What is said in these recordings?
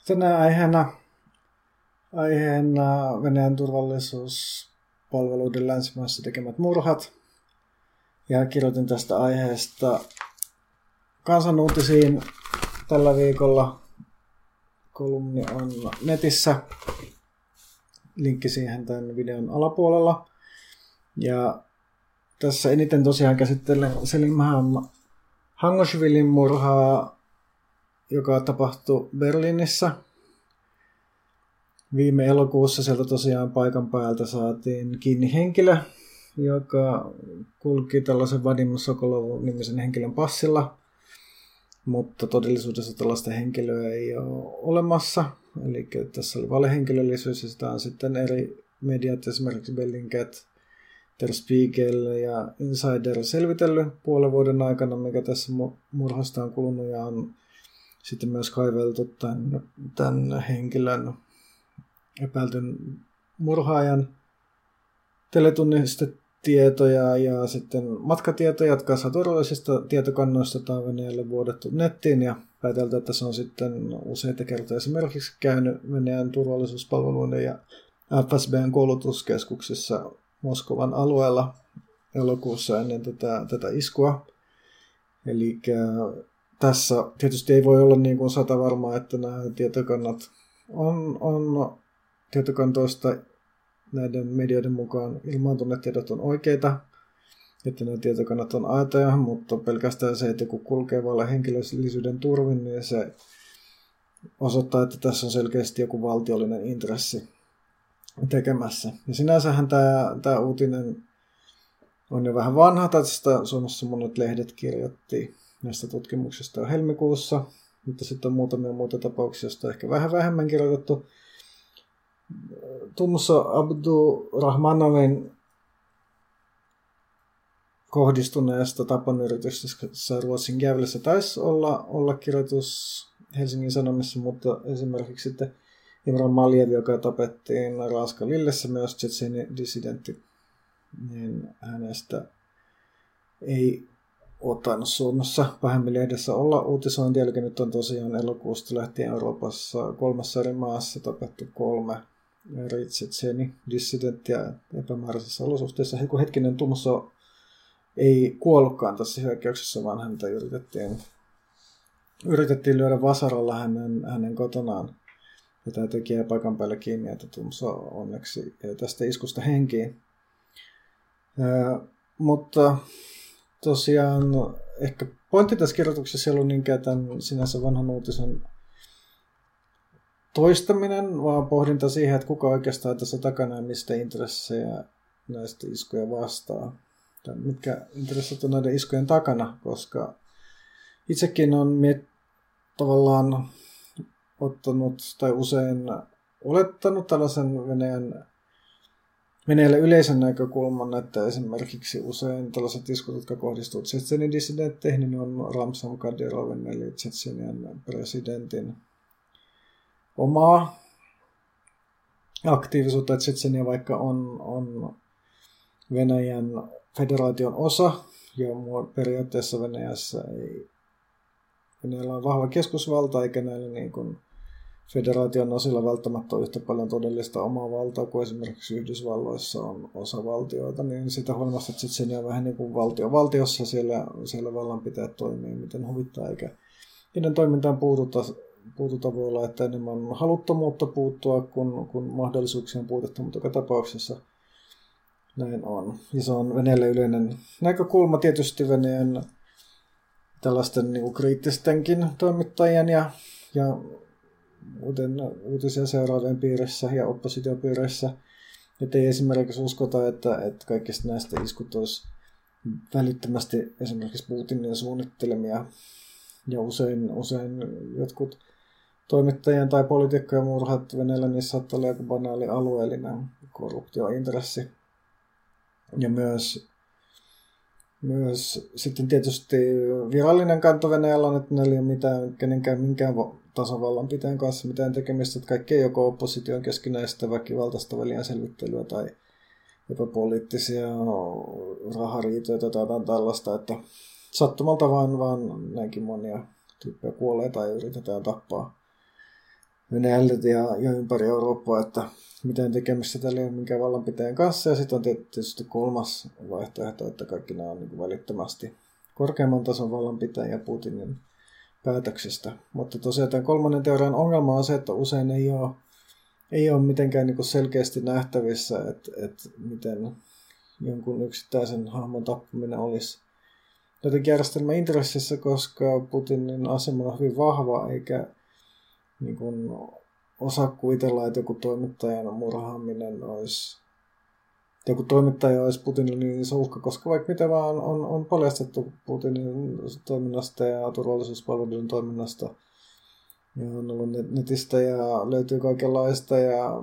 Tänään aiheena Venäjän turvallisuuspalveluiden länsimaissa tekemät murhat. Ja kirjoitin tästä aiheesta Kansan Uutisiin tällä viikolla. Kolumni on netissä. Linkki siihen tämän videon alapuolella. Ja tässä eniten tosiaan käsittelen Selim Hangoshvilin murhaa, joka tapahtui Berliinissä. Viime elokuussa sieltä tosiaan paikan päältä saatiin kiinni henkilö, joka kulki tällaisen Vadim Sokolov-nimisen henkilön passilla, mutta todellisuudessa tällaista henkilöä ei ole olemassa. Eli tässä oli valehenkilöllisyys ja sitä on sitten eri mediat, esimerkiksi Bellingcat, Der Spiegel ja Insider selvitellyt puolen vuoden aikana, mikä tässä murhasta on kulunut, ja on sitten myös kaiveltu tämän henkilön epäiltyn murhaajan teletunnistetietoja ja sitten matkatietoja, jotka on turvallisista tietokannoista tai Venäjälle vuodettu nettiin, ja päätelty, että se on sitten useita kertoja esimerkiksi käynyt Venäjän turvallisuuspalveluiden ja FSBn koulutuskeskuksissa Moskovan alueella elokuussa ennen tätä iskua. Eli tässä tietysti ei voi olla niin kuin satavarmaa, että nämä tietokannat on tietokantoista näiden medioiden mukaan ilmaantuneet tiedot on oikeita, että nämä tietokannat on aitoja, mutta pelkästään se, että joku kulkee henkilöllisyyden turvin, niin se osoittaa, että tässä on selkeästi joku valtiollinen intressi tekemässä. Ja sinänsähän tämä uutinen on jo vähän vanha, tästä Suomessa monet lehdet kirjoitti näistä tutkimuksista helmikuussa, mutta sitten on muutamia muita tapauksia, joista ehkä vähän vähemmän kirjoitettu. Tumso Abdurrahmanovin kohdistuneesta taponyrityksessä Ruotsin Gävlessä taisi olla kirjoitus Helsingin Sanomissa, mutta esimerkiksi sitten Imran Maliyev, joka tapettiin Raaska Lillessä, myös Tšetšeni-dissidentti, niin hänestä ei ole tainnut Suomessa pahemmin lehdessä olla uutisointia, eli nyt on tosiaan elokuusta lähtien Euroopassa 3 eri maassa tapettu 3 eri Tšetšeni-dissidenttiä epämääräisissä olosuhteissa. Hetkinen, Tumso ei kuollutkaan tässä hyökkäyksessä, vaan häntä yritettiin lyödä vasaralla hänen kotonaan. Ja tämä tekijä paikan päällä kiinni, että Tumso onneksi tästä iskusta henkiin. Mutta tosiaan ehkä pointti tässä kirjoituksessa ei ollut niinkään tämän sinänsä vanhan uutisen toistaminen, vaan pohdinta siihen, että kuka oikeastaan tässä takana ja mistä intressejä näistä iskuja vastaa. Tai mitkä intressit on näiden iskujen takana, koska itsekin on tavallaan ottanut tai usein olettanut tällaisen Venäjälle yleisen näkökulman, että esimerkiksi usein tällaiset iskut, jotka kohdistuvat Tšetšeni-dissidentteihin, niin on Ramzan Kadyrovin eli Tšetšenian presidentin omaa aktiivisuutta. Tšetšenia vaikka on Venäjän federaation osa, ja periaatteessa Venäjällä on vahva keskusvalta, eikä näillä niin kuin federaation osilla välttämättä ole yhtä paljon todellista omaa valtaa kuin esimerkiksi Yhdysvalloissa on osavaltioita, niin sitä huolimatta Tšetšenia on vähän niin kuin valtiossa, siellä vallanpitäjät toimii miten huvittaa, eikä niiden toimintaan puututa voi olla, että enemmän haluttomuutta puuttua kuin mahdollisuuksien puutetta, mutta joka tapauksessa näin on. Ja se on Venäjälle yleinen näkökulma, tietysti Venäjän tällaisten niin kuin kriittistenkin toimittajien ja uutisia seuraavien piirissä ja oppositiopiirissä, että ei esimerkiksi uskota, että kaikista näistä iskut olisi välittömästi esimerkiksi Putinin suunnittelemia, ja usein jotkut toimittajien tai poliitikkojen murhat Venäjällä niissä saattaa olla joku banaali alueellinen korruptiointressi. Ja myös sitten tietysti virallinen kanta Venäjällä on, että ne ei ole minkään tasavallan pitäjän kanssa mitään tekemistä, että kaikki ei joko opposition keskinäistä väkivaltaista välien selvittelyä tai epäpoliittisia rahariitoja tai jotain tällaista, että sattumalta vaan näinkin monia tyyppejä kuolee tai yritetään tappaa Venäjältä ja ympäri Eurooppaa, että miten tekemistä tällä ei minkä vallanpitäjän kanssa. Ja sitten on tietysti kolmas vaihtoehto, että kaikki nämä on niin välittömästi korkeamman tason vallanpitäjä Putinin päätöksestä. Mutta tosiaan tämän kolmannen teorian ongelma on se, että usein ei ole mitenkään niin selkeästi nähtävissä, että miten jonkun yksittäisen hahmon tappaminen olisi jotenkin järjestelmän intressissä, koska Putinin asema on hyvin vahva, eikä niin kuin osaa kuvitella, että joku toimittajan murhaaminen olisi, joku toimittaja olisi Putinille niin iso uhka, koska vaikka mitä vaan on paljastettu Putinin toiminnasta ja turvallisuuspalveluiden toiminnasta, ja on ollut netistä ja löytyy kaikenlaista ja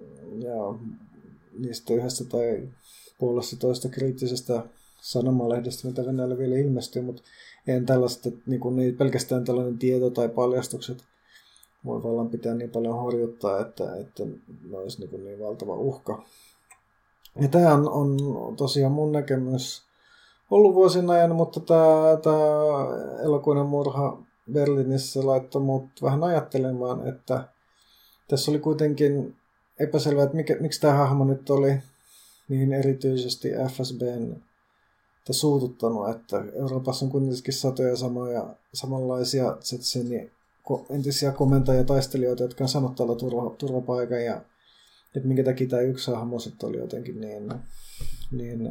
niistä yhdestä tai puolesta toista kriittisestä sanomalehdestä, mitä Venäjällä vielä ilmestyy, mutta ei tällaista, niin pelkästään tällainen tieto tai paljastukset voi vallan pitää niin paljon horjuttaa, että ne olisi niin valtava uhka. Ja tämä on tosiaan mun näkemys ollut vuosien ajan, mutta tämä elokuinen murha Berliinissä laittoi mut vähän ajattelemaan, että tässä oli kuitenkin epäselvää, että miksi tämä hahmo nyt oli niin erityisesti FSBn suututtanut, että Euroopassa on kuitenkin satoja samanlaisia entisiä komentajia ja taistelijoita, jotka on saanut tällä turvapaikan, ja että minkä takia tämä yksi hahmo sitten oli jotenkin niin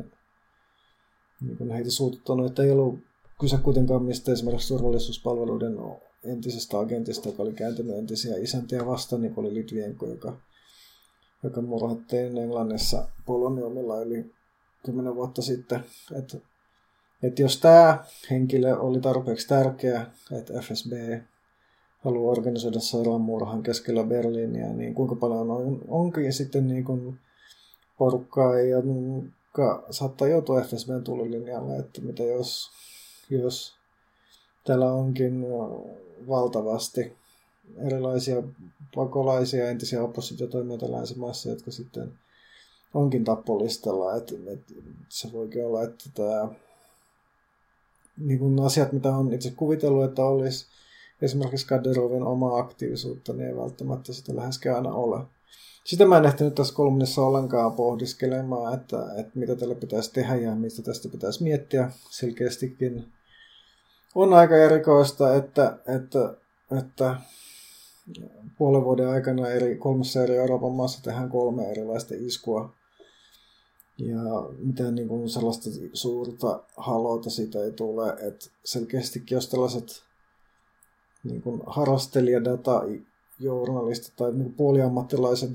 kuin heitä suututtanut, että ei ollut kyse kuitenkaan mistä esimerkiksi turvallisuuspalveluiden entisestä agentista, joka oli kääntynyt entisiä isäntiä vastaan, niin kuin oli Litvienko, joka murhattiin Englannissa Poloniumilla yli 10 vuotta sitten. Että jos tämä henkilö oli tarpeeksi tärkeä, että FSB haluaa organisoida sairaanmurhan keskellä Berliiniä, niin kuinka paljon onkin sitten niin kuin porukkaa, joka saattaa joutua FSBn tulilinjalle, että mitä jos täällä onkin valtavasti erilaisia pakolaisia entisiä oppositiotoimijoita länsimaissa, jotka sitten onkin tappolistalla, että se voikin olla, että tämä niin kuin asiat, mitä on itse kuvitellut, että olisi esimerkiksi Kadyrovin omaa aktiivisuutta, niin ei välttämättä sitä läheskään aina ole. Sitä mä en ehtinyt tässä kolmannessa ollenkaan pohdiskelemaan, että mitä tälle pitäisi tehdä ja mistä tästä pitäisi miettiä. Selkeästikin on aika erikoista, että puolen vuoden aikana kolmessa eri Euroopan maassa tehdään 3 erilaista iskua. Ja mitään niin kuin sellaista suurta halota siitä ei tule, että selkeästikin jos tällaiset niin kuin harrastelijadata-journalistit tai niin kuin puoliammattilaiset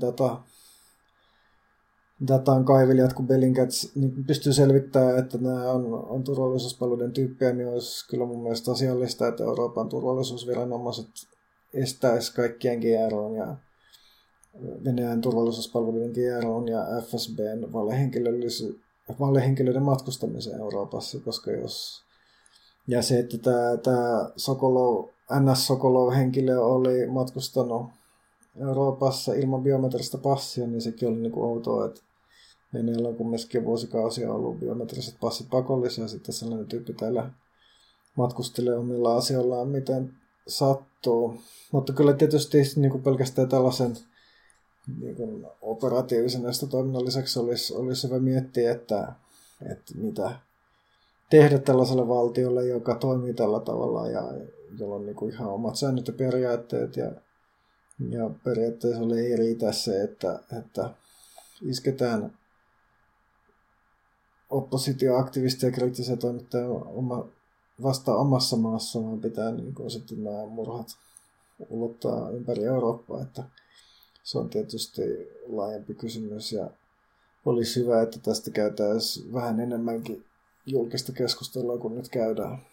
datan kaivelijat kuin Bellingcats niin pystyy selvittämään, että nämä on turvallisuuspalveluiden tyyppejä, niin olisi kyllä mun mielestä asiallista, että Euroopan turvallisuusviranomaiset estäisi kaikkien GROn ja Venäjän turvallisuuspalveluiden GROn ja FSBn valehenkilöiden matkustamisen Euroopassa, koska ja se, että tämä NS-Sokolov-henkilö oli matkustanut Euroopassa ilman biometristä passia, niin sekin oli niin outoa, että Venäjällä on kumminkin vuosikausia ollut biometriset passit pakollisia, ja sitten sellainen tyyppi täällä matkustelee omilla asioillaan miten sattuu. Mutta kyllä tietysti niin kuin pelkästään tällaisen niin kuin operatiivisen näistä toiminnan lisäksi olisi hyvä miettiä, että mitä tehdä tällaiselle valtiolle, joka toimii tällä tavalla ja jolla on niin kuin ihan omat säännöt ja periaatteet. Ja periaatteessa ei riitä se, että isketään oppositioaktivistia ja kriittisiä toimittajia vasta omassa maassa, vaan pitää niin kuin sitten nämä murhat ulottaa ympäri Eurooppaa. Että se on tietysti laajempi kysymys ja olisi hyvä, että tästä käytäisiin vähän enemmänkin julkista keskustelua kuin nyt käydään.